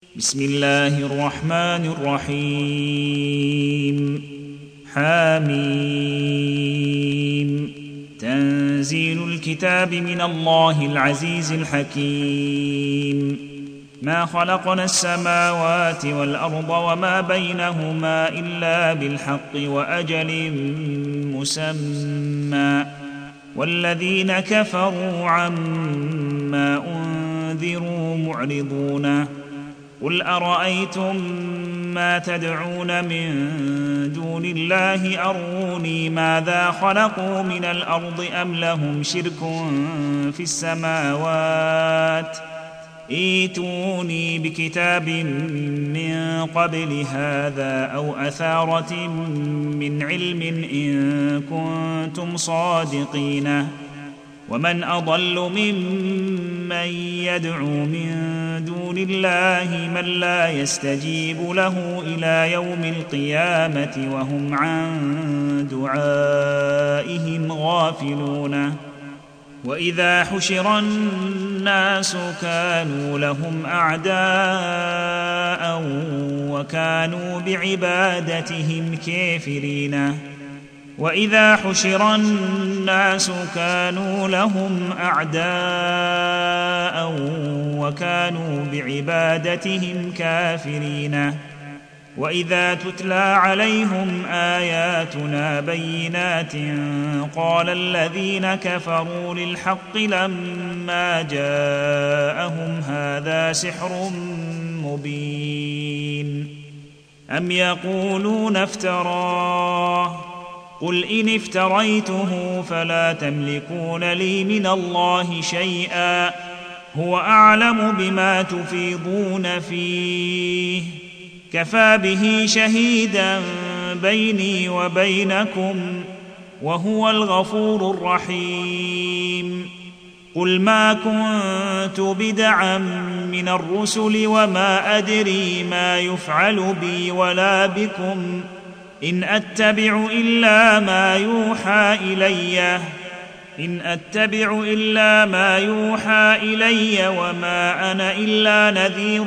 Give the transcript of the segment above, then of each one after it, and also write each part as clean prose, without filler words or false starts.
بسم الله الرحمن الرحيم حميم تنزيل الكتاب من الله العزيز الحكيم ما خلقنا السماوات والأرض وما بينهما إلا بالحق وأجل مسمى والذين كفروا عما أنذروا معرضون قل أرأيتم ما تدعون من دون الله أروني ماذا خلقوا من الأرض أم لهم شرك في السماوات ائتوني بكتاب من قبل هذا أو أثارة من علم إن كنتم صادقين ومن أضل ممن يدعو من دون الله من لا يستجيب له إلى يوم القيامة وهم عن دعائهم غافلون وإذا حشر الناس كانوا لهم أعداء وكانوا بعبادتهم كافرين وإذا حشر الناس كانوا لهم أعداء وكانوا بعبادتهم كافرين وإذا تتلى عليهم آياتنا بينات قال الذين كفروا للحق لما جاءهم هذا سحر مبين أم يقولون افتراه قل إن افتريته فلا تملكون لي من الله شيئا هو أعلم بما تفيضون فيه كفى به شهيدا بيني وبينكم وهو الغفور الرحيم قل ما كنت بدعا من الرسل وما أدري ما يفعل بي ولا بكم إن أتبع إلا ما يوحى إلي وما أنا إلا نذير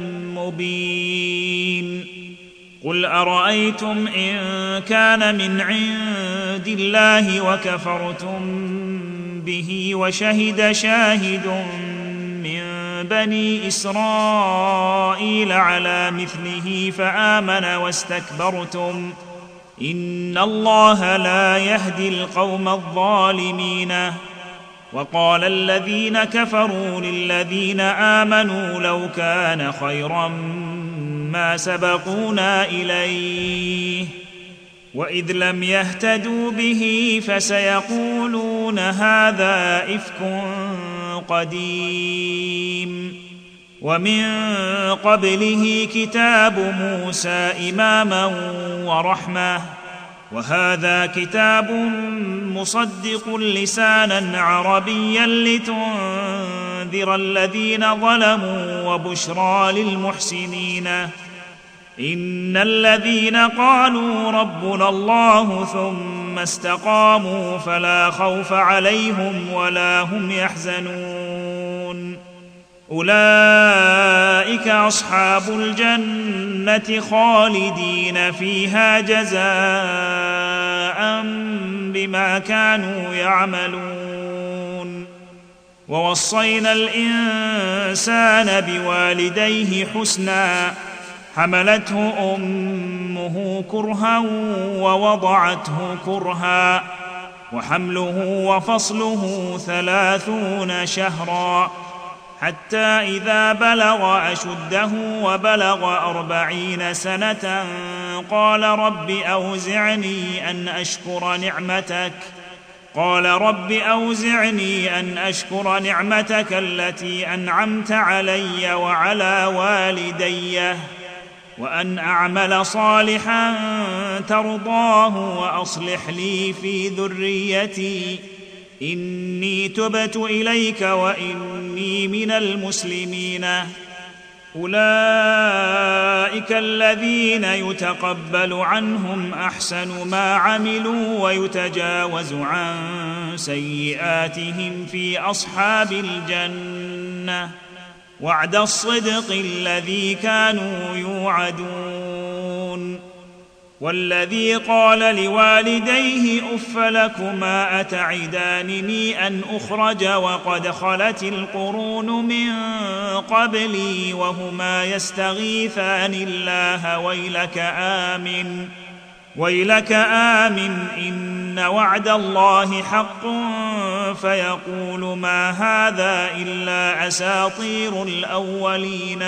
مبين قل أرأيتم إن كان من عند الله وكفرتم به وشهد شاهد من بني إسرائيل على مثله فآمن واستكبرتم إن الله لا يهدي القوم الظالمين وقال الذين كفروا للذين آمنوا لو كان خيرا ما سبقونا إليه وإذ لم يهتدوا به فسيقولون هذا إفك قديم ومن قبله كتاب موسى إماما ورحمة وهذا كتاب مصدق لسانا عربيا لتنذر الذين ظلموا وبشرى للمحسنين إن الذين قالوا ربنا الله ثم استقاموا فلا خوف عليهم ولا هم يحزنون أولئك أصحاب الجنة خالدين فيها جزاء بما كانوا يعملون ووصينا الإنسان بوالديه حسنا حملته أمه كرها ووضعته كرها وحمله وفصله 30 شهرا حتى إذا بلغ أشده وبلغ 40 سنة قال رب أوزعني أن أشكر نعمتك التي أنعمت علي وعلى والدي وأن أعمل صالحا ترضاه وأصلح لي في ذريتي إني تبت إليك وإني من المسلمين أولئك الذين يتقبل عنهم أحسن ما عملوا ويتجاوز عن سيئاتهم في أصحاب الجنة وعد الصدق الذي كانوا يوعدون. والذي قال لوالديه أف لكما أتعدانني أن أخرج وقد خلت القرون من قبلي وهما يستغيثان الله ويلك آمن إن وعد الله حق فيقول ما هذا إلا أساطير الأولين.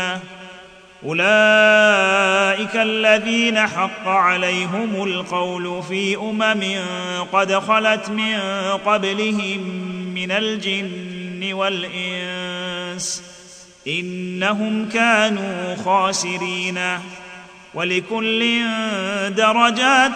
أولئك الذين حق عليهم القول في قد خلت من قبلهم من الجن والإنس إنهم كانوا خاسرين. ولكل درجات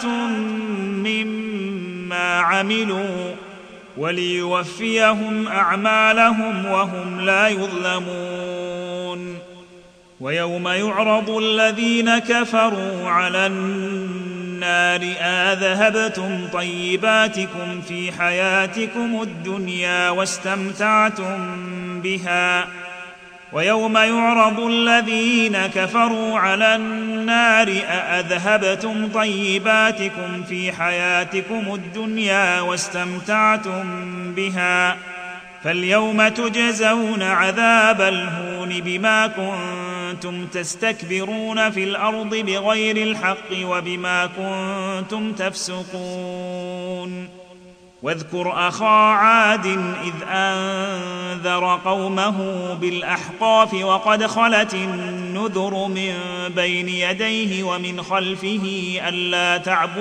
مما عملوا وليوفيهم أعمالهم وهم لا يظلمون. ويوم يعرض الذين كفروا على النار أذهبتم طيباتكم في حياتكم الدنيا واستمتعتم بها ويوم يعرض الذين كفروا على النار أذهبتم طيباتكم في حياتكم الدنيا واستمتعتم بها فاليوم تجزون عذاب الهون بما كنتم تستكبرون في الأرض بغير الحق وبما كنتم تفسقون. واذكر أخا عاد إذ أنذر قومه بالأحقاف وقد خلت النذر من بين يديه ومن خلفه ألا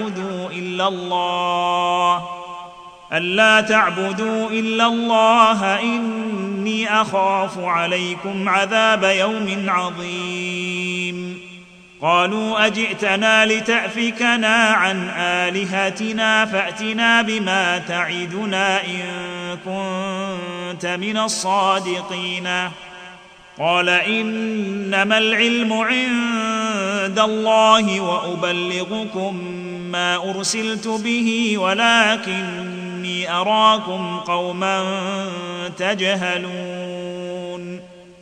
تعبدوا إلا الله إني أخاف عليكم عذاب يوم عظيم. قالوا أجئتنا لتأفكنا عن آلهتنا فأتنا بما تعدنا إن كنت من الصادقين. قال إنما العلم عند الله وأبلغكم ما أرسلت به ولكني أراكم قوما تجهلون.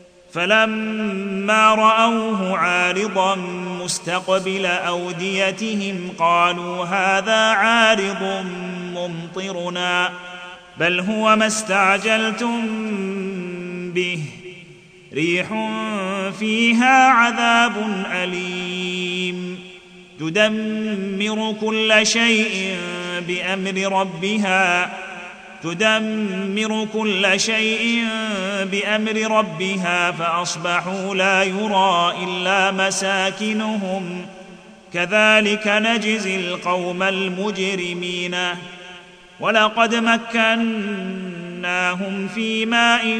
فلما رأوه عارضا مستقبل أوديتهم قالوا هذا عارض ممطرنا بل هو ما استعجلتم به ريح فيها عذاب أليم تدمر كل شيء بأمر ربها فأصبحوا لا يرى إلا مساكنهم كذلك نجزي القوم المجرمين. ولقد مكناهم في ماء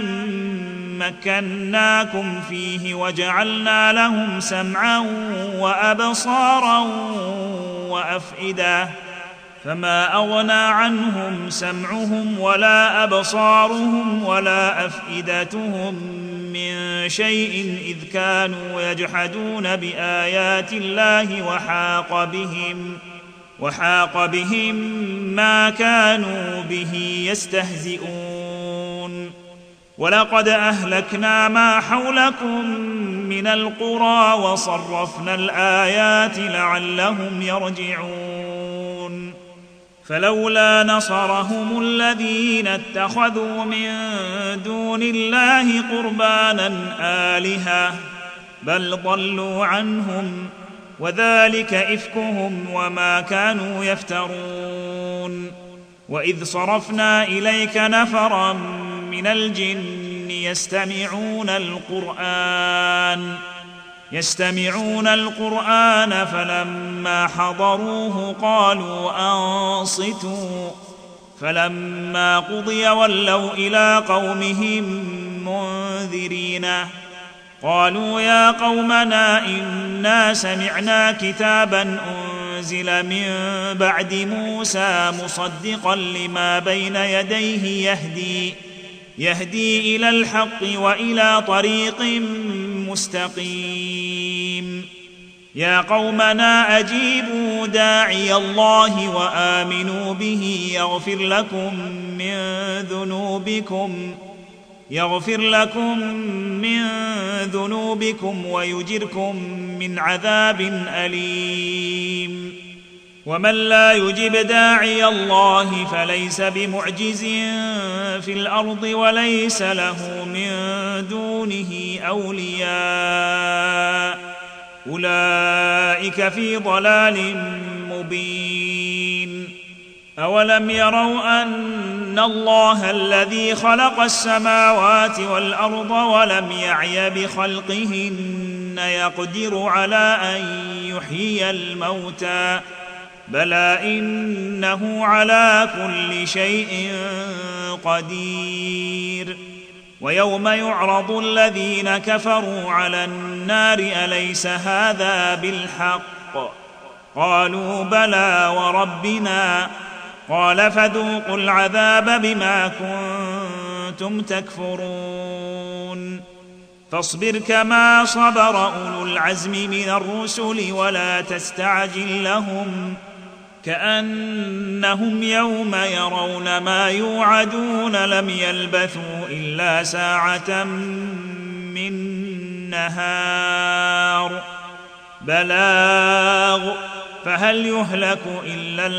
مكناكم فيه وجعلنا لهم سمعا وأبصارا وأفئدة فما أغنى عنهم سمعهم ولا أبصارهم ولا أفئدتهم من شيء إذ كانوا يجحدون بآيات الله وحاق بهم ما كانوا به يستهزئون. ولقد أهلكنا ما حولكم من القرى وصرفنا الآيات لعلهم يرجعون. فلولا نصرهم الذين اتخذوا من دون الله قربانا آلهة بل ضلوا عنهم وذلك إفكهم وما كانوا يفترون. وإذ صرفنا إليك نفرا من الجن يستمعون القرآن فلما حضروه قالوا أنصتوا فلما قضي ولوا إلى قومهم منذرين. قالوا يا قومنا إنا سمعنا كتابا أنزل من بعد موسى مصدقا لما بين يديه يهدي إلى الحق وإلى طريق مستقيم. يا قومنا أجيبوا داعي الله يغفر لكم من ذنوبكم ويجركم من عذاب أليم. ومن لا يجب داعي الله فليس بمعجز في الأرض وليس له من دونه أولياء أولئك في ضلال مبين. أولم يروا أن الله الذي خلق السماوات والأرض ولم يعي بخلقهن يقدر على أن يحيي الموتى بلى إنه على كل شيء قدير. ويوم يعرض الذين كفروا على النار أليس هذا بالحق قالوا بلى وربنا قال فذوقوا العذاب بما كنتم تكفرون. فاصبر كما صبر أولو العزم من الرسل ولا تستعجل لهم كأنهم يوم يرون ما يوعدون لم يلبثوا إلا ساعة من نهار بلاغ فهل يهلك إلا